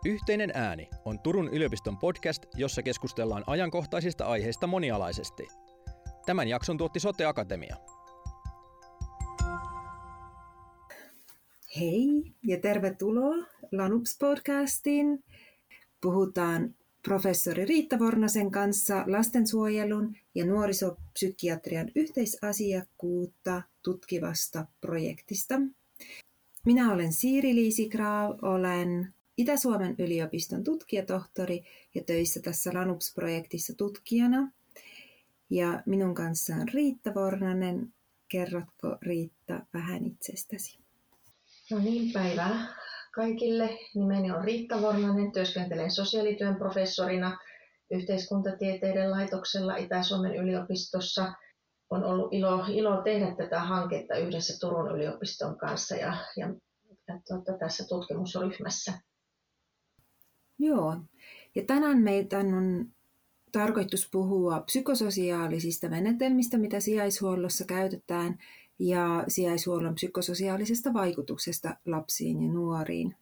Yhteinen ääni on Turun yliopiston podcast, jossa keskustellaan ajankohtaisista aiheista monialaisesti. Tämän jakson tuotti Sote Akatemia. Hei ja tervetuloa Lanups-podcastiin. Puhutaan professori Riitta Vornasen kanssa lastensuojelun ja nuorisopsykiatrian yhteisasiakkuutta tutkivasta projektista. Minä olen Siiri-Liisi Graav, olen Itä-Suomen yliopiston tutkijatohtori ja töissä tässä Lanups-projektissa tutkijana. Ja minun kanssa on Riitta Vornanen. Kerrotko Riitta vähän itsestäsi? No niin, päivää kaikille. Nimeni on Riitta Vornanen, työskentelen sosiaalityön professorina yhteiskuntatieteiden laitoksella Itä-Suomen yliopistossa. On ollut ilo tehdä tätä hanketta yhdessä Turun yliopiston kanssa ja tässä tutkimusryhmässä. Joo, ja tänään meidän on tarkoitus puhua psykososiaalisista menetelmistä, mitä sijaishuollossa käytetään, ja sijaishuollon psykososiaalisesta vaikutuksesta lapsiin ja nuoriin.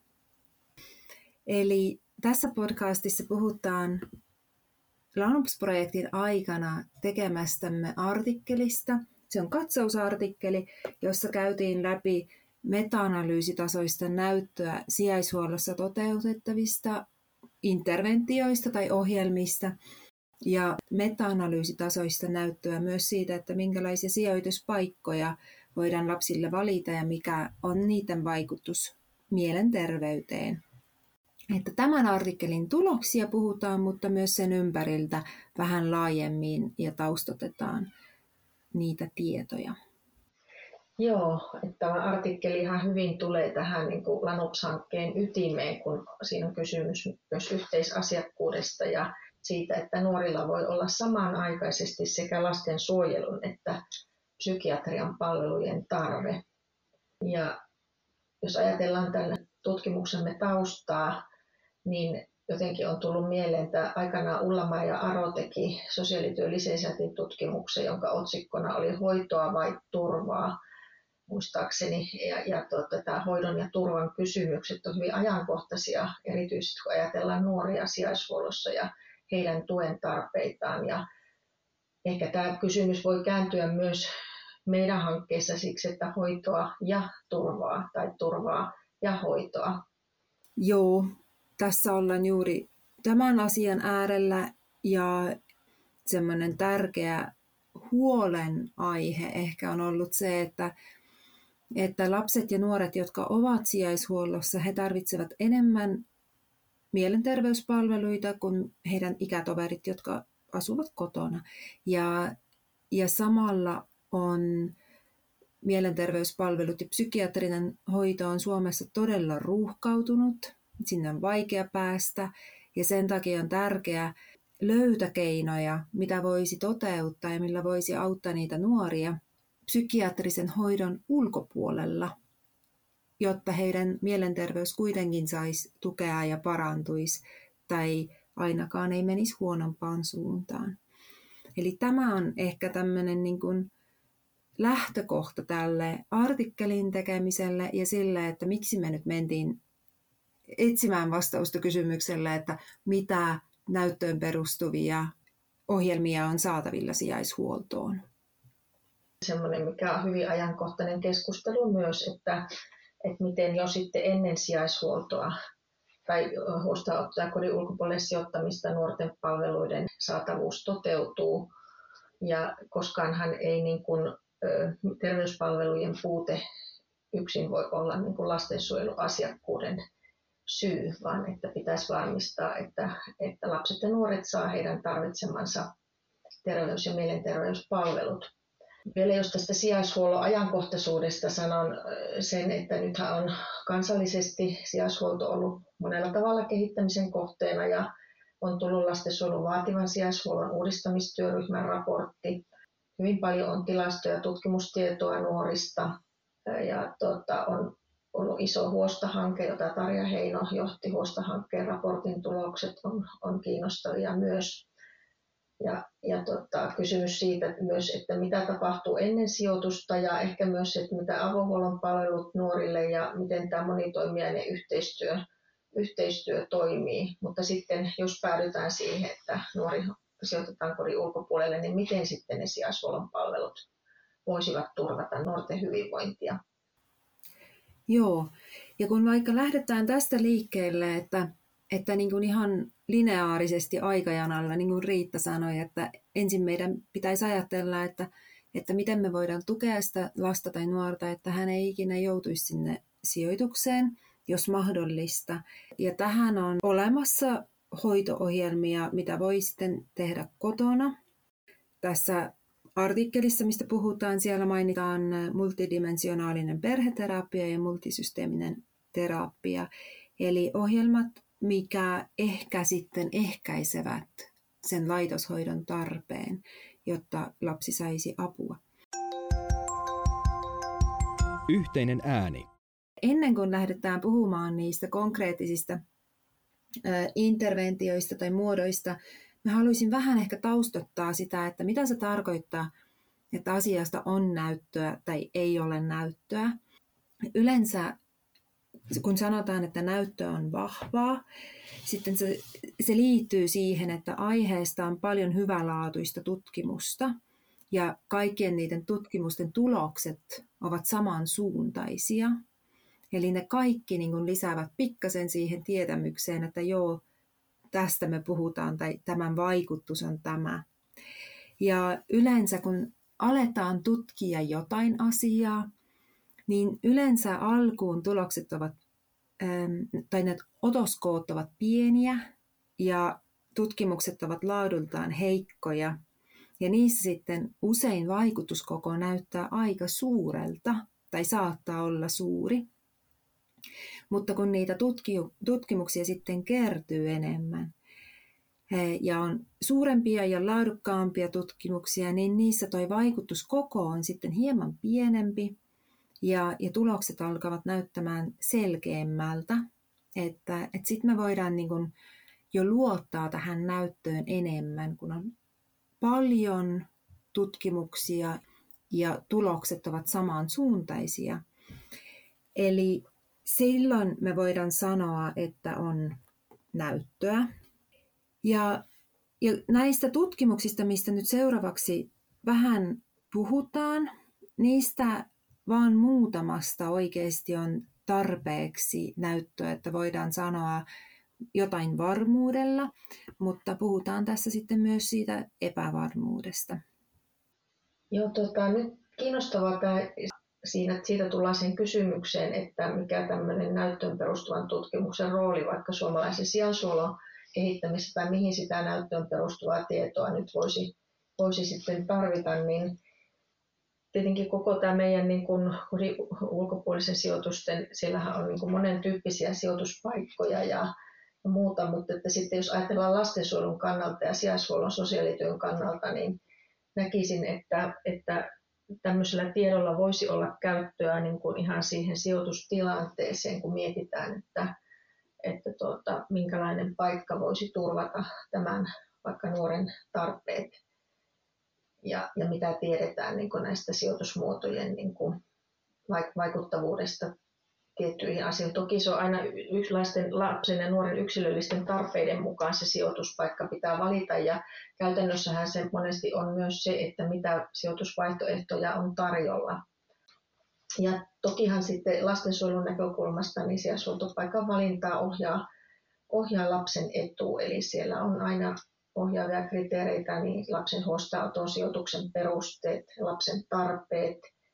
Eli tässä podcastissa puhutaan Lanups-projektin aikana tekemästämme artikkelista. Se on katsausartikkeli, jossa käytiin läpi meta-analyysitasoista näyttöä sijaishuollossa toteutettavista interventioista tai ohjelmista ja meta-analyysitasoista näyttöä myös siitä, että minkälaisia sijoituspaikkoja voidaan lapsille valita ja mikä on niiden vaikutus mielenterveyteen. Että tämän artikkelin tuloksia puhutaan, mutta myös sen ympäriltä vähän laajemmin ja taustotetaan niitä tietoja. Joo, että tämä artikkeli ihan hyvin tulee tähän niin kuin Lanups-hankkeen ytimeen, kun siinä on kysymys myös yhteisasiakkuudesta ja siitä, että nuorilla voi olla samanaikaisesti sekä lastensuojelun että psykiatrian palvelujen tarve. Ja jos ajatellaan tämän tutkimuksemme taustaa, niin jotenkin on tullut mieleen, että aikanaan Ulla-Maija Aro teki sosiaalityön lisensiaatin tutkimuksen, jonka otsikkona oli Hoitoa vai turvaa, muistaakseni. Tämä hoidon ja turvan kysymykset on hyvin ajankohtaisia, erityisesti kun ajatellaan nuoria sijaishuollossa ja heidän tuen tarpeitaan. Ja ehkä tämä kysymys voi kääntyä myös meidän hankkeessa siksi, että hoitoa ja turvaa tai turvaa ja hoitoa. Joo, tässä ollaan juuri tämän asian äärellä ja semmoinen tärkeä huolenaihe ehkä on ollut se, että lapset ja nuoret, jotka ovat sijaishuollossa, he tarvitsevat enemmän mielenterveyspalveluita kuin heidän ikätoverit, jotka asuvat kotona. Ja samalla on mielenterveyspalvelut ja psykiatrinen hoito on Suomessa todella ruuhkautunut. Sinne on vaikea päästä ja sen takia on tärkeää löytää keinoja, mitä voisi toteuttaa ja millä voisi auttaa niitä nuoria psykiatrisen hoidon ulkopuolella, jotta heidän mielenterveys kuitenkin saisi tukea ja parantuisi tai ainakaan ei menisi huonompaan suuntaan. Eli tämä on ehkä tämmöinen niin kuin lähtökohta tälle artikkelin tekemiselle ja sille, että miksi me nyt mentiin etsimään vastausta kysymykselle, että mitä näyttöön perustuvia ohjelmia on saatavilla sijaishuoltoon. Semmoinen, mikä on hyvin ajankohtainen keskustelu myös, että miten jo sitten ennen sijaishuoltoa tai huostaanottajakodin ulkopuolelle sijoittamista nuorten palveluiden saatavuus toteutuu. Ja koskaanhan ei niin kuin, terveyspalvelujen puute yksin voi olla niin kuin lastensuojeluasiakkuuden syy, vaan että pitäisi varmistaa, että lapset ja nuoret saa heidän tarvitsemansa terveys- ja mielenterveyspalvelut. Vielä jos tästä sijaishuollon ajankohtaisuudesta sanon sen, että nythän on kansallisesti sijaishuolto ollut monella tavalla kehittämisen kohteena ja on tullut lastensuojelun vaativan sijaishuollon uudistamistyöryhmän raportti. Hyvin paljon on tilastoja ja tutkimustietoa nuorista ja on ollut iso huostahanke, jota Tarja Heino johti. Huostahankkeen raportin tulokset on kiinnostavia myös. Kysymys siitä myös, että mitä tapahtuu ennen sijoitusta ja ehkä myös, että mitä avohuollon palvelut nuorille ja miten tämä monitoimijainen yhteistyö yhteistyö toimii, mutta sitten jos päädytään siihen, että nuori sijoitetaan kodin ulkopuolelle, niin miten sitten ne sijaishuollon palvelut voisivat turvata nuorten hyvinvointia? Joo, ja kun vaikka lähdetään tästä liikkeelle, että niin kuin ihan lineaarisesti aikajanalla, niin kuin Riitta sanoi, että ensin meidän pitäisi ajatella, että miten me voidaan tukea sitä lasta tai nuorta, että hän ei ikinä joutuisi sinne sijoitukseen, jos mahdollista. Ja tähän on olemassa hoito-ohjelmia, mitä voi sitten tehdä kotona. Tässä artikkelissa, mistä puhutaan, siellä mainitaan multidimensionaalinen perheterapia ja multisysteeminen terapia. Eli ohjelmat, mikä ehkä sitten ehkäisevät sen laitoshoidon tarpeen, jotta lapsi saisi apua. Yhteinen ääni. Ennen kuin lähdetään puhumaan niistä konkreettisista interventioista tai muodoista, mä haluaisin vähän ehkä taustottaa sitä, että mitä se tarkoittaa, että asiasta on näyttöä tai ei ole näyttöä. Yleensä kun sanotaan, että näyttö on vahvaa, sitten se liittyy siihen, että aiheesta on paljon hyvälaatuista tutkimusta ja kaikkien niiden tutkimusten tulokset ovat samansuuntaisia. Eli ne kaikki niin kuin lisäävät pikkasen siihen tietämykseen, että joo, tästä me puhutaan tai tämän vaikutus on tämä. Ja yleensä kun aletaan tutkia jotain asiaa, niin yleensä alkuun tulokset ovat, tai ne otoskoot ovat pieniä ja tutkimukset ovat laadultaan heikkoja. Ja niissä sitten usein vaikutuskoko näyttää aika suurelta tai saattaa olla suuri. Mutta kun niitä tutkimuksia sitten kertyy enemmän ja on suurempia ja laadukkaampia tutkimuksia, niin niissä toi vaikutuskoko on sitten hieman pienempi ja tulokset alkavat näyttämään selkeämmältä. Että sitten me voidaan niin kun jo luottaa tähän näyttöön enemmän, kun on paljon tutkimuksia ja tulokset ovat samansuuntaisia. Eli silloin me voidaan sanoa, että on näyttöä. Ja näistä tutkimuksista, mistä nyt seuraavaksi vähän puhutaan, niistä vaan muutamasta oikeasti on tarpeeksi näyttöä, että voidaan sanoa jotain varmuudella, mutta puhutaan tässä sitten myös siitä epävarmuudesta. Joo, nyt kiinnostavaa tämä siitä tullaan sen kysymykseen, että mikä tämmöinen näyttöön perustuvan tutkimuksen rooli vaikka suomalaisen sijaishuollon kehittämisessä tai mihin sitä näyttöön perustuvaa tietoa nyt voisi sitten tarvita, niin tietenkin koko tämä meidän niin kuin ulkopuolisen sijoitusten, siellähän on niin kuin monen tyyppisiä sijoituspaikkoja ja muuta, mutta että sitten jos ajatellaan lastensuojelun kannalta ja sijaishuollon sosiaalityön kannalta, niin näkisin, että tämmöisellä tiedolla voisi olla käyttöä niin kuin ihan siihen sijoitustilanteeseen, kun mietitään, että minkälainen paikka voisi turvata tämän vaikka nuoren tarpeet ja mitä tiedetään niin kuin näistä sijoitusmuotojen niin kuin vaikuttavuudesta tiettyihin asioihin. Toki se on aina lapsen ja nuoren yksilöllisten tarpeiden mukaan se sijoituspaikka pitää valita ja käytännössähän se monesti on myös se, että mitä sijoitusvaihtoehtoja on tarjolla. Ja tokihan sitten lastensuojelun näkökulmasta niin sijaishuoltopaikan valintaa ohjaa lapsen etu, eli siellä on aina ohjaavia kriteereitä, niin lapsen huostaanoton sijoituksen perusteet, lapsen tarpeet,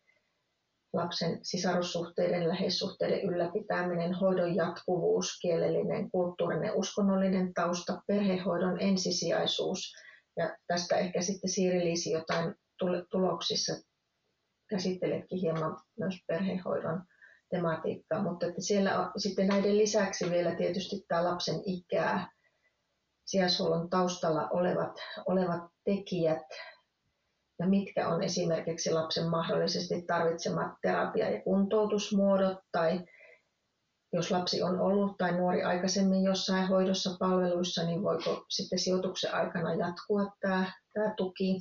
lapsen sisarussuhteiden, läheissuhteiden ylläpitäminen, hoidon jatkuvuus, kielellinen, kulttuurinen, uskonnollinen tausta, perhehoidon ensisijaisuus. Ja tästä ehkä sitten Siiri-Liisi jotain tuloksissa käsitteleekin hieman myös perhehoidon tematiikkaa, mutta että siellä on sitten näiden lisäksi vielä tietysti tämä lapsen ikää, sijaishuollon taustalla olevat tekijät, ja mitkä on esimerkiksi lapsen mahdollisesti tarvitsemat terapia- ja kuntoutusmuodot, tai jos lapsi on ollut tai nuori aikaisemmin jossain hoidossa palveluissa, niin voiko sitten sijoituksen aikana jatkua tämä tuki,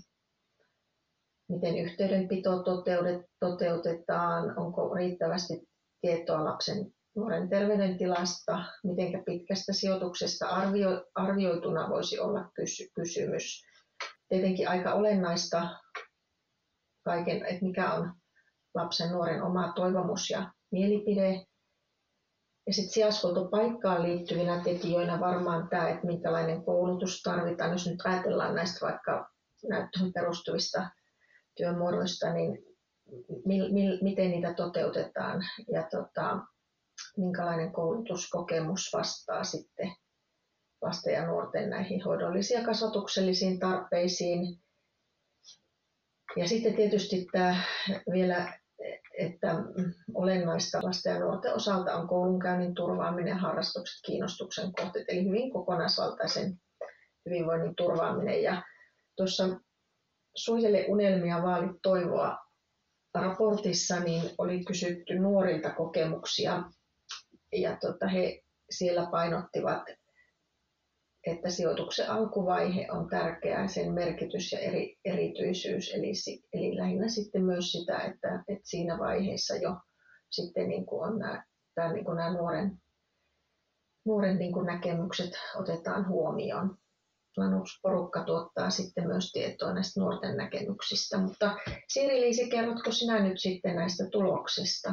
miten yhteydenpito toteutetaan, onko riittävästi tietoa lapsen nuoren terveydentilasta, miten pitkästä sijoituksesta arvioituna voisi olla kysymys. Tietenkin aika olennaista kaiken, että mikä on lapsen nuoren oma toivomus ja mielipide. Ja sitten sijaishuoltopaikkaan liittyvinä tekijöinä varmaan tämä, että minkälainen koulutus tarvitaan. Jos nyt ajatellaan näistä vaikka näyttöön perustuvista työmuodoista, niin miten niitä toteutetaan ja minkälainen koulutuskokemus vastaa sitten lasten ja nuorten näihin hoidollisiin ja kasvatuksellisiin tarpeisiin. Ja sitten tietysti tämä vielä, että olennaista lasten ja nuorten osalta on koulunkäynnin turvaaminen, harrastukset, kiinnostuksen kohteet, eli hyvin kokonaisvaltaisen hyvinvoinnin turvaaminen. Ja tuossa Suojele unelmia, vaali toivoa raportissa niin oli kysytty nuorilta kokemuksia ja he siellä painottivat, että sijoituksen alkuvaihe on tärkeä, sen merkitys ja erityisyys, eli lähinnä sitten myös sitä, että siinä vaiheessa jo sitten niin kuin on nämä nuoren niin kuin näkemykset otetaan huomioon. Vanhusporukka tuottaa sitten myös tietoa näistä nuorten näkemyksistä, mutta Siiri-Liisi, kerrotko sinä nyt sitten näistä tuloksista?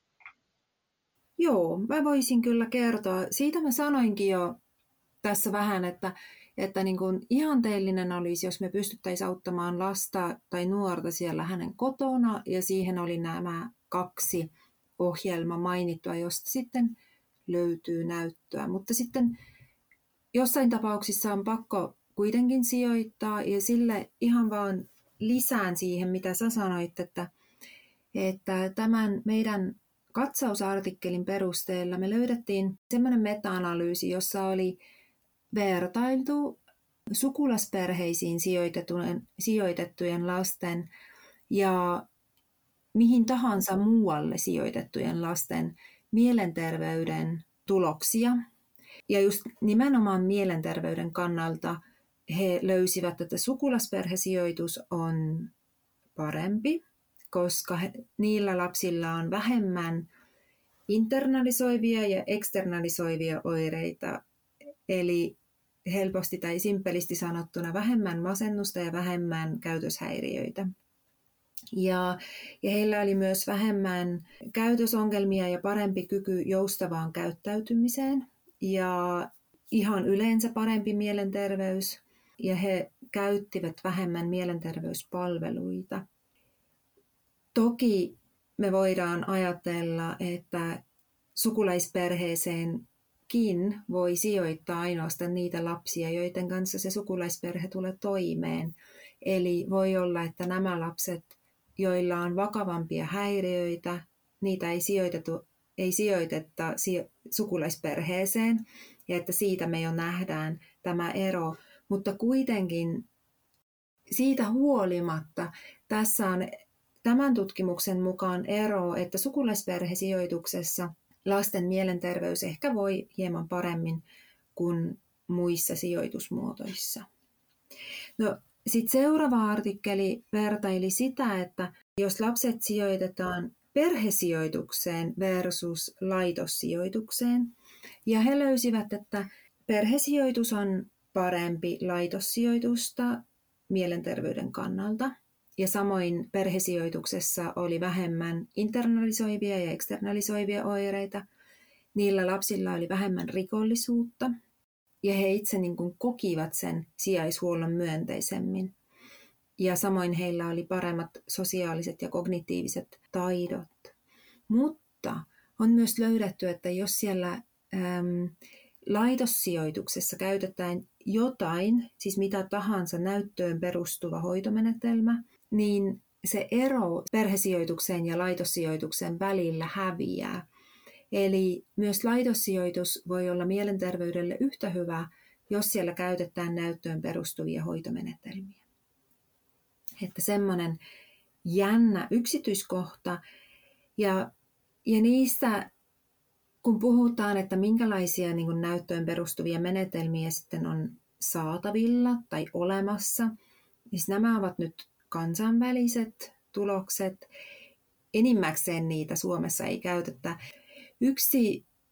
Joo, mä voisin kyllä kertoa. Siitä mä sanoinkin jo tässä vähän, että niin kuin ihanteellinen olisi, jos me pystyttäisiin auttamaan lasta tai nuorta siellä hänen kotona, ja siihen oli nämä 2 ohjelma mainittua, josta sitten löytyy näyttöä. Mutta sitten jossain tapauksissa on pakko kuitenkin sijoittaa, ja sille ihan vaan lisään siihen, mitä sä sanoit, että tämän meidän katsausartikkelin perusteella me löydettiin semmoinen meta-analyysi, jossa oli vertailtu sukulasperheisiin sijoitettujen lasten ja mihin tahansa muualle sijoitettujen lasten mielenterveyden tuloksia. Ja just nimenomaan mielenterveyden kannalta he löysivät, että sukulasperhesijoitus on parempi, koska niillä lapsilla on vähemmän internalisoivia ja eksternalisoivia oireita, eli helposti tai simpelisti sanottuna vähemmän masennusta ja vähemmän käytöshäiriöitä. Ja heillä oli myös vähemmän käytösongelmia ja parempi kyky joustavaan käyttäytymiseen ja ihan yleensä parempi mielenterveys, ja he käyttivät vähemmän mielenterveyspalveluita. Toki me voidaan ajatella, että sukulaisperheeseenkin voi sijoittaa ainoastaan niitä lapsia, joiden kanssa se sukulaisperhe tulee toimeen. Eli voi olla, että nämä lapset, joilla on vakavampia häiriöitä, niitä ei sijoiteta sukulaisperheeseen, ja että siitä me jo nähdään tämä ero. Mutta kuitenkin siitä huolimatta tässä on tämän tutkimuksen mukaan ero, että sukulaisperhesijoituksessa lasten mielenterveys ehkä voi hieman paremmin kuin muissa sijoitusmuotoissa. No, sitten seuraava artikkeli vertaili sitä, että jos lapset sijoitetaan perhesijoitukseen versus laitossijoitukseen, ja he löysivät, että perhesijoitus on parempi laitossijoitusta mielenterveyden kannalta. Ja samoin perhesijoituksessa oli vähemmän internalisoivia ja eksternalisoivia oireita. Niillä lapsilla oli vähemmän rikollisuutta ja he itse niin kuin kokivat sen sijaishuollon myönteisemmin. Ja samoin heillä oli paremmat sosiaaliset ja kognitiiviset taidot. Mutta on myös löydetty, että jos siellä laitossijoituksessa käytetään jotain, siis mitä tahansa näyttöön perustuva hoitomenetelmä, niin se ero perhesijoituksen ja laitossijoituksen välillä häviää. Eli myös laitossijoitus voi olla mielenterveydelle yhtä hyvä, jos siellä käytetään näyttöön perustuvia hoitomenetelmiä. Että semmoinen jännä yksityiskohta. Ja niistä, kun puhutaan, että minkälaisia niin kuin näyttöön perustuvia menetelmiä sitten on saatavilla tai olemassa, niin nämä ovat nyt kansainväliset tulokset. Enimmäkseen niitä Suomessa ei käytetä. Yksi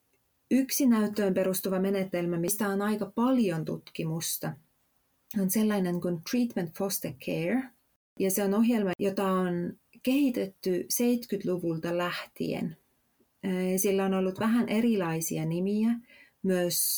Yksi näyttöön perustuva menetelmä, mistä on aika paljon tutkimusta, on sellainen kuin Treatment Foster Care. Ja se on ohjelma, jota on kehitetty 70-luvulta lähtien. Sillä on ollut vähän erilaisia nimiä, myös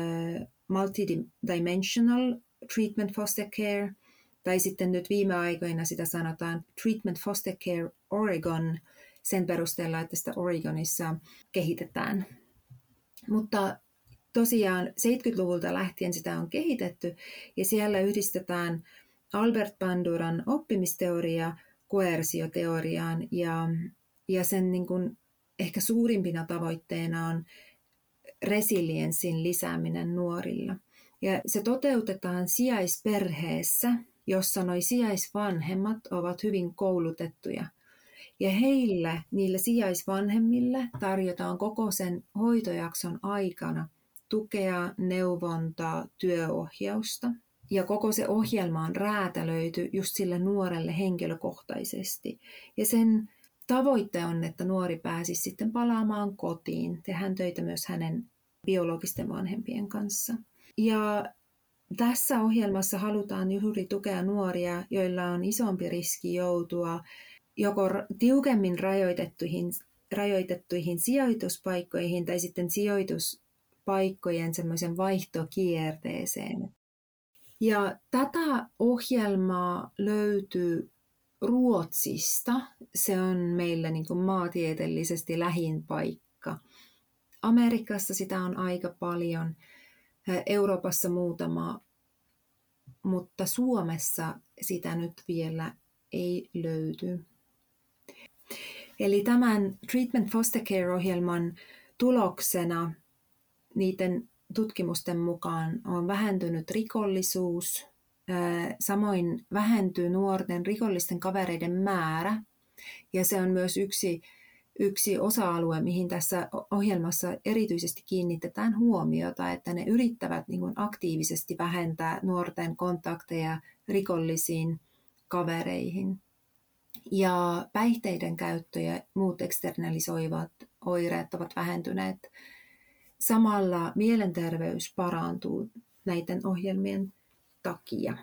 Multidimensional Treatment Foster Care, tai sitten nyt viime aikoina sitä sanotaan Treatment Foster Care Oregon, sen perusteella, että sitä Oregonissa kehitetään. Mutta tosiaan 70-luvulta lähtien sitä on kehitetty, ja siellä yhdistetään Albert Banduran oppimisteoria koersioteoriaan, ja sen niin kuin ehkä suurimpina tavoitteena on resilienssin lisääminen nuorilla. Ja se toteutetaan sijaisperheessä, jossa nuo sijaisvanhemmat ovat hyvin koulutettuja. Ja niille sijaisvanhemmille tarjotaan koko sen hoitojakson aikana tukea, neuvontaa, työohjausta. Ja koko se ohjelma on räätälöity just sille nuorelle henkilökohtaisesti. Ja sen tavoite on, että nuori pääsisi sitten palaamaan kotiin. Tehdään töitä myös hänen biologisten vanhempien kanssa. Ja tässä ohjelmassa halutaan juuri tukea nuoria, joilla on isompi riski joutua joko tiukemmin rajoitettuihin sijoituspaikkoihin tai sitten sijoituspaikkojen semmoisen vaihtokierteeseen. Ja tätä ohjelmaa löytyy Ruotsista. Se on meillä niin kuin maantieteellisesti lähin paikka. Amerikassa sitä on aika paljon, Euroopassa muutama, mutta Suomessa sitä nyt vielä ei löyty. Eli tämän Treatment Foster Care-ohjelman tuloksena niiden tutkimusten mukaan on vähentynyt rikollisuus, samoin vähentyy nuorten rikollisten kavereiden määrä, ja se on myös yksi osa-alue, mihin tässä ohjelmassa erityisesti kiinnitetään huomiota, että ne yrittävät niin kuin aktiivisesti vähentää nuorten kontakteja rikollisiin kavereihin. Ja päihteiden käyttö ja muut eksternalisoivat oireet ovat vähentyneet. Samalla mielenterveys parantuu näiden ohjelmien takia.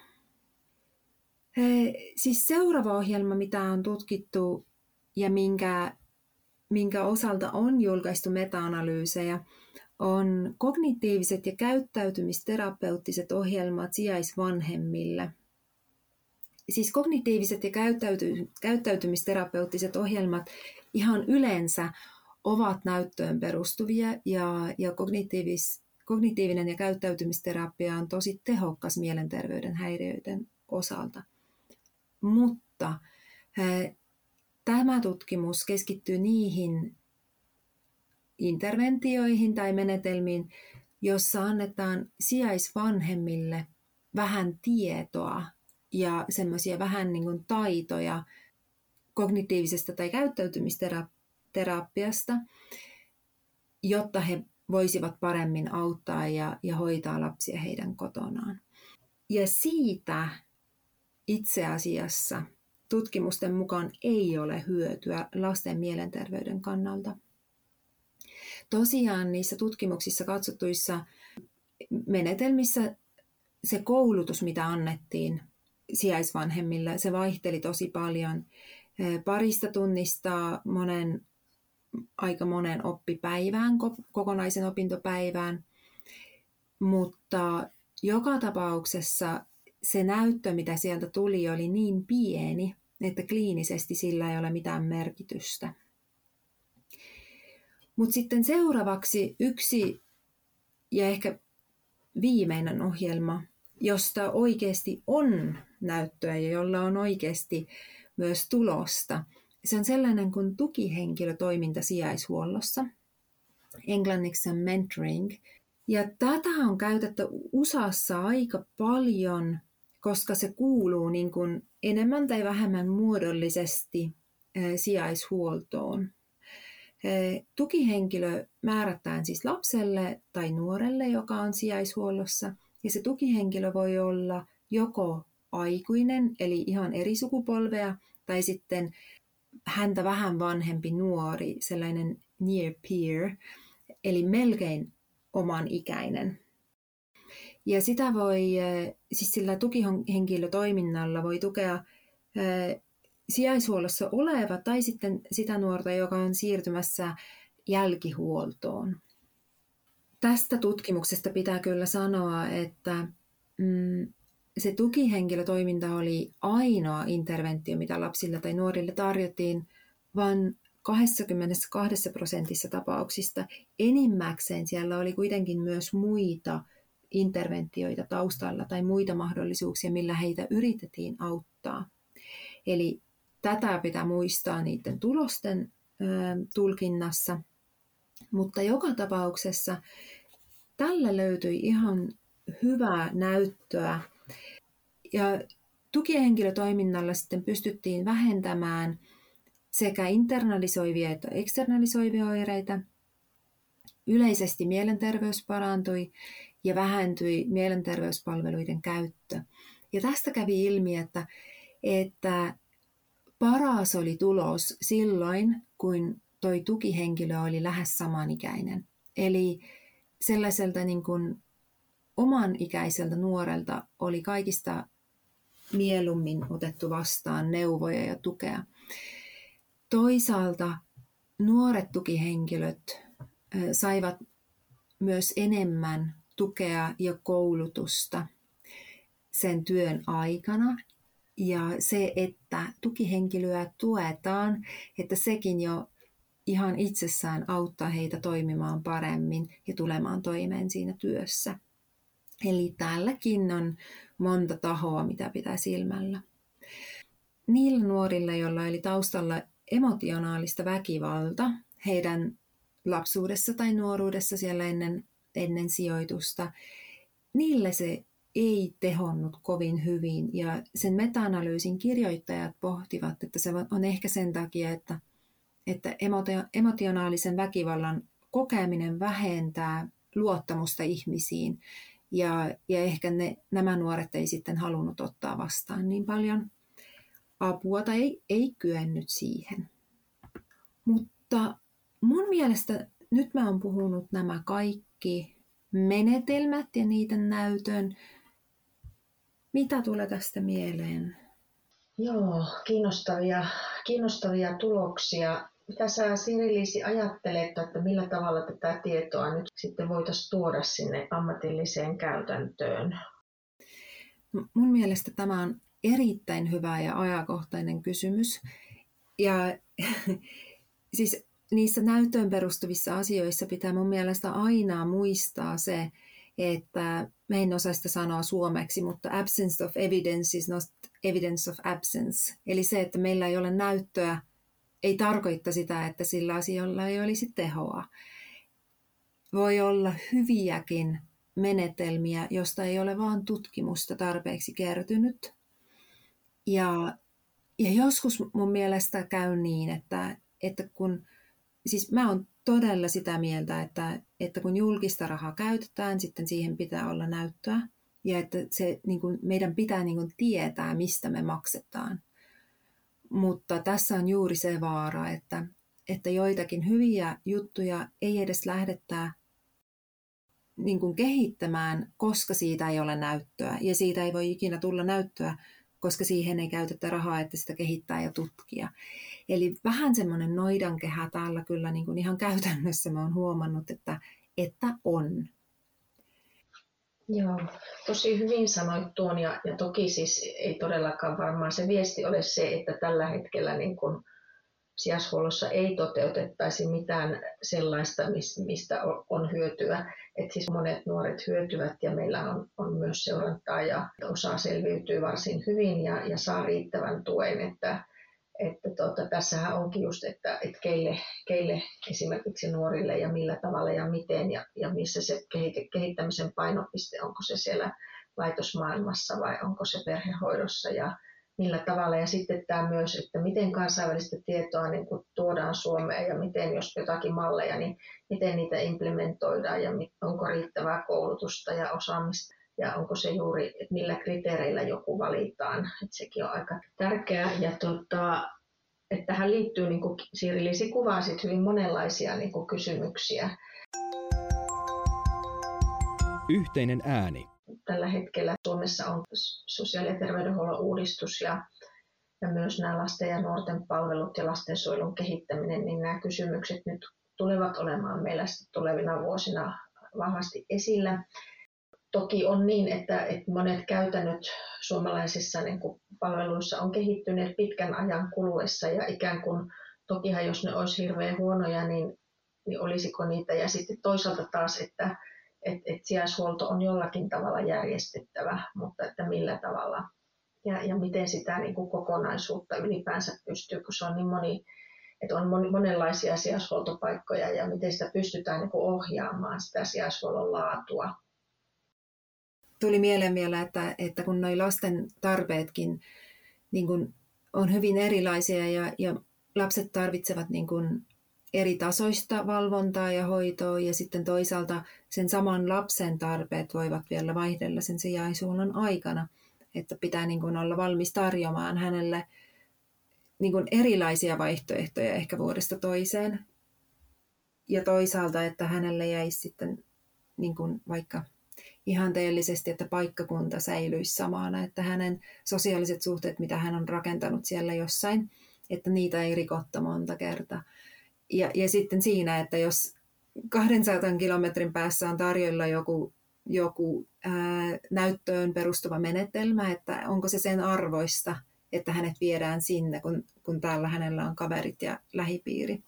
Siis seuraava ohjelma, mitä on tutkittu ja minkä osalta on julkaistu meta-analyysejä, on kognitiiviset ja käyttäytymisterapeuttiset ohjelmat sijaisvanhemmille. Siis kognitiiviset ja käyttäytymisterapeuttiset ohjelmat ihan yleensä ovat näyttöön perustuvia ja kognitiivinen ja käyttäytymisterapia on tosi tehokas mielenterveyden häiriöiden osalta. Mutta tämä tutkimus keskittyy niihin interventioihin tai menetelmiin, jossa annetaan sijaisvanhemmille vähän tietoa ja semmoisia vähän niin kuin taitoja kognitiivisesta tai käyttäytymisterapiasta, jotta he voisivat paremmin auttaa ja hoitaa lapsia heidän kotonaan. Ja siitä itse asiassa tutkimusten mukaan ei ole hyötyä lasten mielenterveyden kannalta. Tosiaan niissä tutkimuksissa katsottuissa menetelmissä se koulutus, mitä annettiin sijaisvanhemmille, se vaihteli tosi paljon. Parista tunnista aika monen oppipäivään, kokonaisen opintopäivään, mutta joka tapauksessa se näyttö, mitä sieltä tuli, oli niin pieni, että kliinisesti sillä ei ole mitään merkitystä. Mutta sitten seuraavaksi yksi ja ehkä viimeinen ohjelma, josta oikeasti on näyttöä ja jolla on oikeasti myös tulosta. Se on sellainen kuin tukihenkilötoiminta sijaishuollossa, englanniksi on mentoring. Ja tätä on käytetty USAssa aika paljon, koska se kuuluu niin kuin enemmän tai vähemmän muodollisesti sijaishuoltoon. Tukihenkilö määrätään siis lapselle tai nuorelle, joka on sijaishuollossa, ja se tukihenkilö voi olla joko aikuinen, eli ihan eri sukupolvea, tai sitten häntä vähän vanhempi nuori, sellainen near peer, eli melkein oman ikäinen. Ja sitä voi, siis sillä tukihenkilötoiminnalla voi tukea sijaishuollossa oleva tai sitten sitä nuorta, joka on siirtymässä jälkihuoltoon. Tästä tutkimuksesta pitää kyllä sanoa, että se tukihenkilötoiminta oli ainoa interventio, mitä lapsille tai nuorille tarjottiin, vaan 22% tapauksista enimmäkseen siellä oli kuitenkin myös muita interventioita taustalla tai muita mahdollisuuksia, millä heitä yritettiin auttaa. Eli tätä pitää muistaa niiden tulosten tulkinnassa, mutta joka tapauksessa tällä löytyi ihan hyvää näyttöä. Ja tukihenkilötoiminnalla sitten pystyttiin vähentämään sekä internalisoivia että eksternalisoivia oireita. Yleisesti mielenterveys parantui ja vähentyi mielenterveyspalveluiden käyttö. Ja tästä kävi ilmi, että paras oli tulos silloin, kun toi tukihenkilö oli lähes samanikäinen. Eli sellaiselta niin kuin oman ikäiseltä nuorelta oli kaikista mieluummin otettu vastaan neuvoja ja tukea. Toisaalta nuoret tukihenkilöt saivat myös enemmän tukea ja koulutusta sen työn aikana. Ja se, että tukihenkilöä tuetaan, että sekin jo ihan itsessään auttaa heitä toimimaan paremmin ja tulemaan toimeen siinä työssä. Eli täälläkin on monta tahoa, mitä pitää silmällä. Niillä nuorilla, joilla oli taustalla emotionaalista väkivalta heidän lapsuudessa tai nuoruudessa siellä ennen sijoitusta, niillä se ei tehonnut kovin hyvin. Ja sen meta-analyysin kirjoittajat pohtivat, että se on ehkä sen takia, että emotionaalisen väkivallan kokeminen vähentää luottamusta ihmisiin. Ja ehkä nämä nuoret ei sitten halunnut ottaa vastaan niin paljon apua tai ei kyennyt siihen. Mutta mun mielestä nyt mä oon puhunut nämä kaikki menetelmät ja niiden näytön. Mitä tulee tästä mieleen? Joo, kiinnostavia tuloksia. Mitä sä, Siriliisi, ajattelet, että millä tavalla tätä tietoa nyt sitten voitaisiin tuoda sinne ammatilliseen käytäntöön? Mun mielestä tämä on erittäin hyvä ja ajankohtainen kysymys. Ja siis niissä näyttöön perustuvissa asioissa pitää mun mielestä aina muistaa se, että me en osaa sitä sanoa suomeksi, mutta absence of evidence is not evidence of absence. Eli se, että meillä ei ole näyttöä, ei tarkoita sitä, että sillä asialla ei olisi tehoa. Voi olla hyviäkin menetelmiä, josta ei ole vaan tutkimusta tarpeeksi kertynyt. Ja joskus mun mielestä käy niin, että kun, siis mä oon todella sitä mieltä, että kun julkista rahaa käytetään, sitten siihen pitää olla näyttöä. Ja että se, niin kuin, meidän pitää niin kuin tietää, mistä me maksetaan. Mutta tässä on juuri se vaara, että joitakin hyviä juttuja ei edes lähdetä niin kuin kehittämään, koska siitä ei ole näyttöä. Ja siitä ei voi ikinä tulla näyttöä, koska siihen ei käytetä rahaa, että sitä kehittää ja tutkia. Eli vähän semmoinen noidankehä täällä kyllä niin kuin ihan käytännössä mä oon huomannut, että on. Joo, tosi hyvin sanoit tuon ja toki siis ei todellakaan varmaan se viesti ole se, että tällä hetkellä niin kun sijaishuollossa ei toteutettaisi mitään sellaista, mistä on hyötyä. Että siis monet nuoret hyötyvät ja meillä on myös seurantaa ja osa selviytyy varsin hyvin ja saa riittävän tuen. Että tässähän onkin just, että keille esimerkiksi nuorille ja millä tavalla ja miten ja missä se kehittämisen painopiste, onko se siellä laitosmaailmassa vai onko se perhehoidossa ja millä tavalla. Ja sitten tämä myös, että miten kansainvälistä tietoa niin kun tuodaan Suomeen ja miten, jos jotakin malleja, niin miten niitä implementoidaan ja onko riittävää koulutusta ja osaamista. Ja onko se juuri, että millä kriteereillä joku valitaan. Että sekin on aika tärkeää. Ja että tähän liittyy, niin kuin Siriliisi kuvasit, hyvin monenlaisia niin kuin kysymyksiä. Yhteinen ääni. Tällä hetkellä Suomessa on sosiaali- ja terveydenhuollon uudistus ja myös nämä lasten ja nuorten palvelut ja lastensuojelun kehittäminen, niin nämä kysymykset nyt tulevat olemaan meillä tulevina vuosina vahvasti esillä. Toki on niin, että monet käytännöt suomalaisissa niin kuin palveluissa on kehittyneet pitkän ajan kuluessa ja ikään kuin, tokihan jos ne olisi hirveän huonoja, niin olisiko niitä. Ja sitten toisaalta taas, että sijaishuolto on jollakin tavalla järjestettävä, mutta että millä tavalla ja miten sitä niin kuin kokonaisuutta ylipäänsä pystyy, kun se on niin että on monenlaisia sijaishuoltopaikkoja ja miten sitä pystytään niin kuin ohjaamaan sitä sijaishuollon laatua. Tuli mieleen vielä, että kun nuo lasten tarpeetkin niin kuin on hyvin erilaisia ja lapset tarvitsevat niin kuin eri tasoista valvontaa ja hoitoa ja sitten toisaalta sen saman lapsen tarpeet voivat vielä vaihdella sen sijaishuollon aikana, että pitää niin kuin olla valmis tarjoamaan hänelle niin kuin erilaisia vaihtoehtoja ehkä vuodesta toiseen ja toisaalta, että hänelle jäisi sitten niin kuin vaikka ihanteellisesti, että paikkakunta säilyisi samana, että hänen sosiaaliset suhteet, mitä hän on rakentanut siellä jossain, että niitä ei rikotta monta kertaa. Ja sitten siinä, että jos 200 kilometrin päässä on tarjolla joku näyttöön perustuva menetelmä, että onko se sen arvoista, että hänet viedään sinne, kun täällä hänellä on kaverit ja lähipiiri.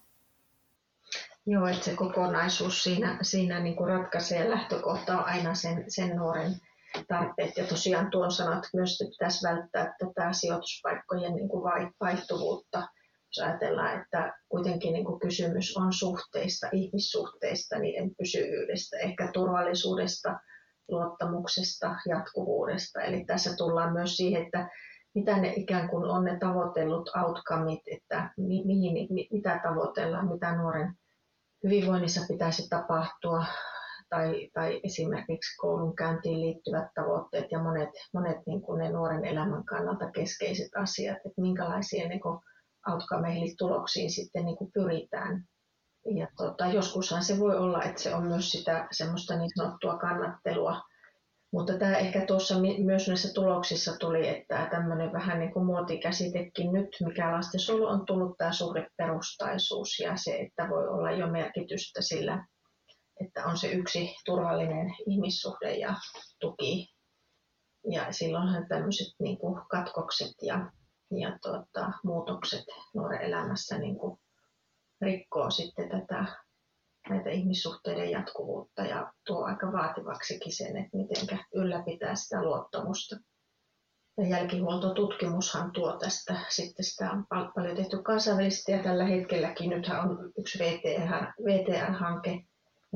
Joo, että se kokonaisuus siinä niin kuin ratkaisee ja lähtökohta on aina sen nuoren tarpeet. Ja tosiaan tuon sanat myös, että pitäisi välttää tätä sijoituspaikkojen niin kuin vaihtuvuutta. Jos ajatellaan, että kuitenkin niin kuin kysymys on suhteista, ihmissuhteista, niiden pysyvyydestä, ehkä turvallisuudesta, luottamuksesta, jatkuvuudesta. Eli tässä tullaan myös siihen, että mitä ne ikään kuin on ne tavoitellut outcomeit, että mitä tavoitellaan, mitä nuoren hyvinvoinnissa pitäisi tapahtua, tai esimerkiksi koulunkäyntiin liittyvät tavoitteet ja monet niin kuin ne nuoren elämän kannalta keskeiset asiat, että minkälaisia niin kuin outcomeihin tuloksiin sitten niin kuin pyritään. Ja joskushan se voi olla, että se on myös sitä semmoista niin sanottua kannattelua. Mutta tämä ehkä tuossa myös näissä tuloksissa tuli, että tämmöinen vähän niin kuin muotikäsitekin nyt, mikä lastensuojelu on tullut, tämä suhdeperustaisuus ja se, että voi olla jo merkitystä sillä, että on se yksi turvallinen ihmissuhde ja tuki. Ja silloinhan tämmöiset niin kuin katkokset ja muutokset nuoren elämässä niin kuin rikkoo sitten näitä ihmissuhteiden jatkuvuutta ja tuo aika vaativaksikin sen, että miten ylläpitää sitä luottamusta. Ja jälkihuoltotutkimushan tuo tästä, sitten sitä on paljon tehty kansainvälisesti ja tällä hetkelläkin nythän on yksi VTR-hanke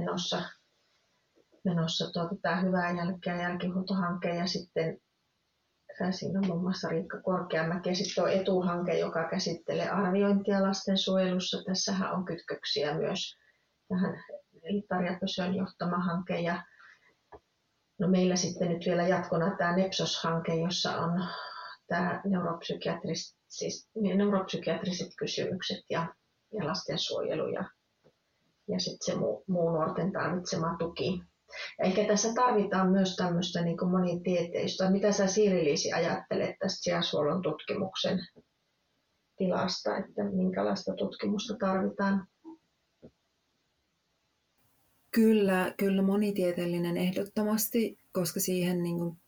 menossa tämä Hyvää jälkeä jälkihuoltohanke ja sitten siinä on muun muassa Riikka Korkeamäki ja sitten tuo ETU-hanke, joka käsittelee arviointia lastensuojelussa. Tässähän on kytköksiä myös tähän Tarja Pösön johtama hanke ja no meillä sitten nyt vielä jatkona tämä Nepsos-hanke, jossa on tämä neuropsykiatriset kysymykset ja lastensuojelu ja sitten se muu nuorten tarvitsema tuki. Ja ehkä tässä tarvitaan myös tämmöistä niin kuin monitieteistä. Mitä sä Siiri-Liisi ajattelet tästä sijaishuollon tutkimuksen tilasta, että minkälaista tutkimusta tarvitaan? Kyllä monitieteellinen ehdottomasti, koska siihen niin kuin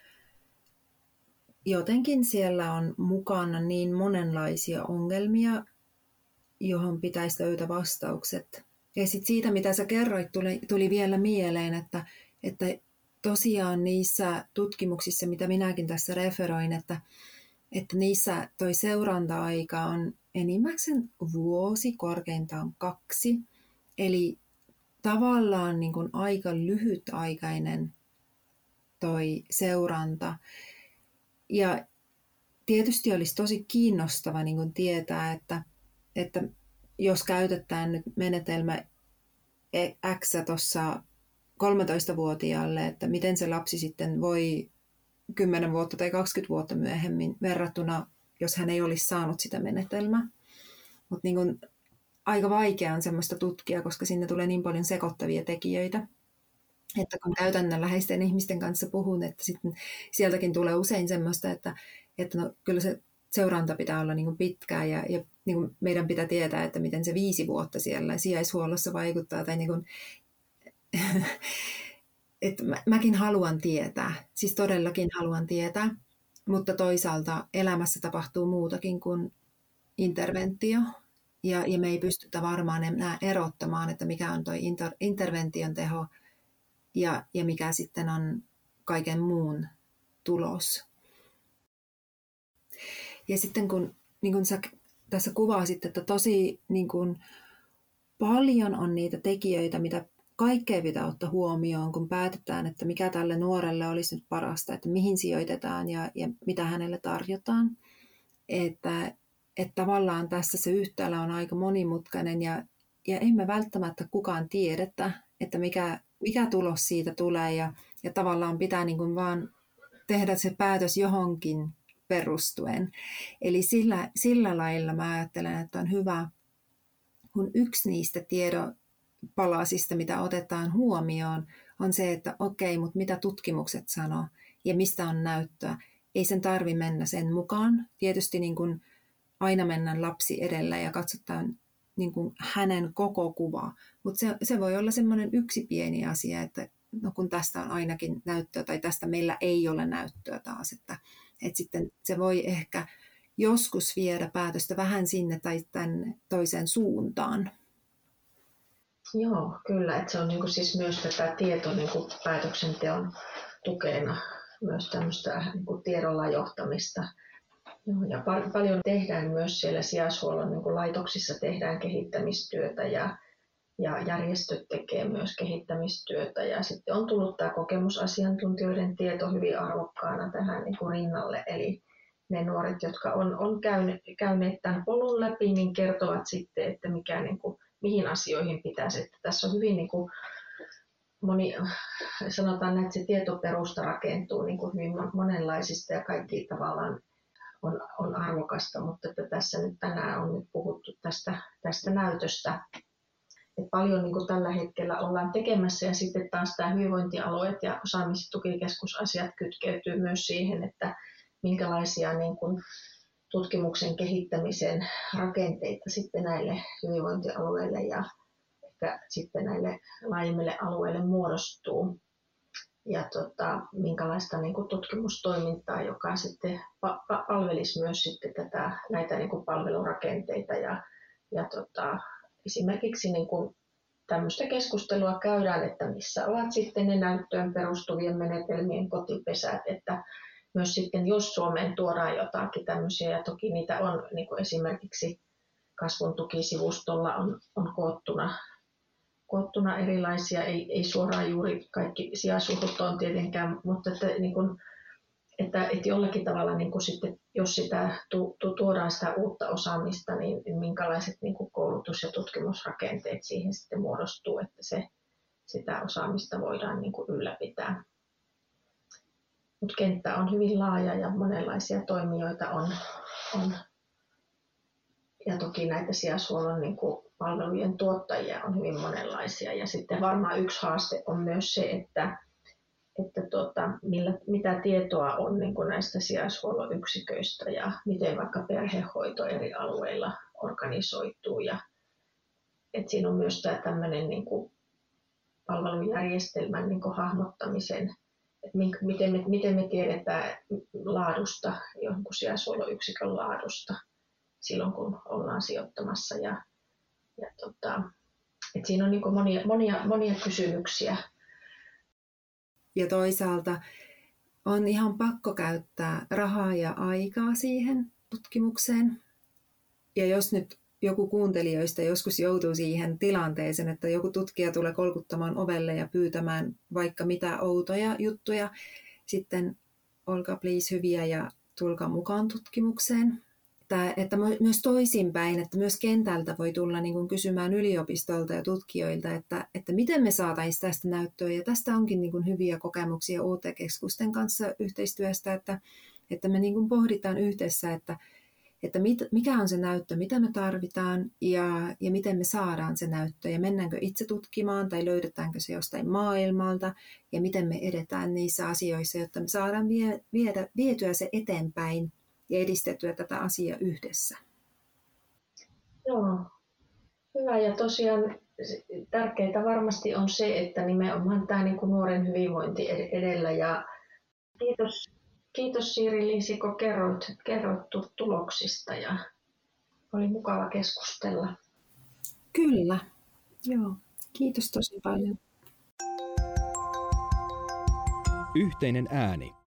jotenkin siellä on mukana niin monenlaisia ongelmia, johon pitäisi löytää vastaukset. Ja sitten siitä, mitä sä kerroit, tuli vielä mieleen, että tosiaan niissä tutkimuksissa, mitä minäkin tässä referoin, että niissä toi seuranta-aika on enimmäkseen vuosi, korkeintaan 2. Eli tavallaan niin kuin aika lyhytaikainen toi seuranta. Ja tietysti olisi tosi kiinnostava niin kuin tietää, että jos käytetään nyt menetelmä X tuossa 13-vuotiaalle, että miten se lapsi sitten voi 10 vuotta tai 20 vuotta myöhemmin verrattuna, jos hän ei olisi saanut sitä menetelmää. Mutta niin aika vaikea on semmoista tutkia, koska sinne tulee niin paljon sekoittavia tekijöitä. että kun käytännönläheisten ihmisten kanssa puhun, että sitten sieltäkin tulee usein semmoista, että no, kyllä se seuranta pitää olla niin kuin pitkää ja niin kuin meidän pitää tietää, että miten se 5 vuotta siellä sijaishuollossa vaikuttaa. Tai niin kuin, että mäkin haluan tietää, siis todellakin haluan tietää, mutta toisaalta elämässä tapahtuu muutakin kuin interventio. Ja me ei pystytä varmaan enää erottamaan, että mikä on tuo intervention teho ja mikä sitten on kaiken muun tulos. Ja sitten kun, niin kun sä tässä kuvasit, että tosi niin kun, paljon on niitä tekijöitä, mitä kaikkea pitää ottaa huomioon, kun päätetään, että mikä tälle nuorelle olisi nyt parasta, että mihin sijoitetaan ja mitä hänelle tarjotaan. Että tavallaan tässä se yhtälö on aika monimutkainen ja emme välttämättä kukaan tiedetä, että mikä tulos siitä tulee ja tavallaan pitää niin kuin vaan tehdä se päätös johonkin perustuen. Eli sillä lailla mä ajattelen, että on hyvä, kun yksi niistä tiedon palasista, mitä otetaan huomioon, on se, että okei, mutta mitä tutkimukset sanoo ja mistä on näyttöä. Ei sen tarvitse mennä sen mukaan. Tietysti niin kuin aina mennään lapsi edellä ja katsotaan niin kuin hänen koko kuva. Mutta se voi olla semmoinen yksi pieni asia, että no kun tästä on ainakin näyttöä tai tästä meillä ei ole näyttöä taas. Että sitten se voi ehkä joskus viedä päätöstä vähän sinne tai tänne toiseen suuntaan. Joo, kyllä. Että se on niin kuin siis myös tätä tieto niin kuin päätöksenteon tukena, myös tämmöistä niin kuin tiedolla johtamista. Joo, ja paljon tehdään myös siellä sijaishuollon niin kuin laitoksissa tehdään kehittämistyötä ja järjestöt tekee myös kehittämistyötä. Ja sitten on tullut tämä kokemusasiantuntijoiden tieto hyvin arvokkaana tähän niin kuin rinnalle. Eli ne nuoret, jotka on käyneet tämän polun läpi, niin kertovat sitten, että mikä, niin kuin, mihin asioihin pitäisi. Että tässä on hyvin niin kuin sanotaan, että se tietoperusta rakentuu niin kuin hyvin monenlaisista ja kaikki tavallaan on arvokasta, mutta että tässä nyt tänään on nyt puhuttu tästä näytöstä. Et paljon niin kuin tällä hetkellä ollaan tekemässä ja sitten taas tämä hyvinvointialueet ja osaamis- ja tukikeskusasiat kytkeytyy myös siihen, että minkälaisia niin kuin tutkimuksen kehittämisen rakenteita sitten näille hyvinvointialueille ja ehkä sitten näille laajemmille alueille muodostuu. Ja minkälaista niin kuin tutkimustoimintaa, joka sitten palvelisi myös sitten näitä niin kuin palvelurakenteita ja esimerkiksi niin kuin tämmöistä keskustelua käydään, että missä ovat sitten ne näyttöön perustuvien menetelmien kotipesät, että myös sitten jos Suomeen tuodaan jotakin tämmöisiä, ja toki niitä on niin kuin esimerkiksi kasvun tukisivustolla on koottuna erilaisia, ei suoraan juuri kaikki sijaishuoltoon tietenkään, mutta että jollakin tavalla niin kuin sitten, jos sitä tuodaan sitä uutta osaamista, niin minkälaiset niin kuin koulutus- ja tutkimusrakenteet siihen sitten muodostuu, että sitä osaamista voidaan niin kuin ylläpitää. Mutta kenttä on hyvin laaja ja monenlaisia toimijoita on. Ja toki näitä sijaishuollon niin kuin palvelujen tuottajia on hyvin monenlaisia. Ja sitten varmaan yksi haaste on myös se, että mitä tietoa on niin kuin näistä sijaishuollon yksiköistä ja miten vaikka perhehoito eri alueilla organisoituu. Ja, siinä on myös tämä tämmöinen niin kuin palvelujärjestelmän niin kuin hahmottamisen, että miten me tiedetään laadusta, jonkun sijaishuollon yksikön laadusta silloin, kun ollaan sijoittamassa. Että siinä on niin kuin monia kysymyksiä. Ja toisaalta on ihan pakko käyttää rahaa ja aikaa siihen tutkimukseen. Ja jos nyt joku kuuntelijoista joskus joutuu siihen tilanteeseen, että joku tutkija tulee kolkuttamaan ovelle ja pyytämään vaikka mitä outoja juttuja, sitten olkaa please hyviä ja tulkaa mukaan tutkimukseen. Että myös toisinpäin, että myös kentältä voi tulla niin kuin kysymään yliopistolta ja tutkijoilta, että miten me saataisiin tästä näyttöä. Ja tästä onkin niin kuin hyviä kokemuksia UT-keskusten kanssa yhteistyöstä, että me niin kuin pohditaan yhdessä, että että mikä on se näyttö, mitä me tarvitaan ja miten me saadaan se näyttö ja mennäänkö itse tutkimaan tai löydetäänkö se jostain maailmalta ja miten me edetään niissä asioissa, jotta me saadaan vietyä se eteenpäin ja edistettyä tätä asiaa yhdessä. Joo, hyvä. Ja tosiaan tärkeää varmasti on se, että nimenomaan tämä niin kuin nuoren hyvinvointi edellä. Ja kiitos Siiri-Liisi, kun kerroit tuloksista ja oli mukava keskustella. Kyllä, joo. Kiitos tosi paljon. Yhteinen ääni.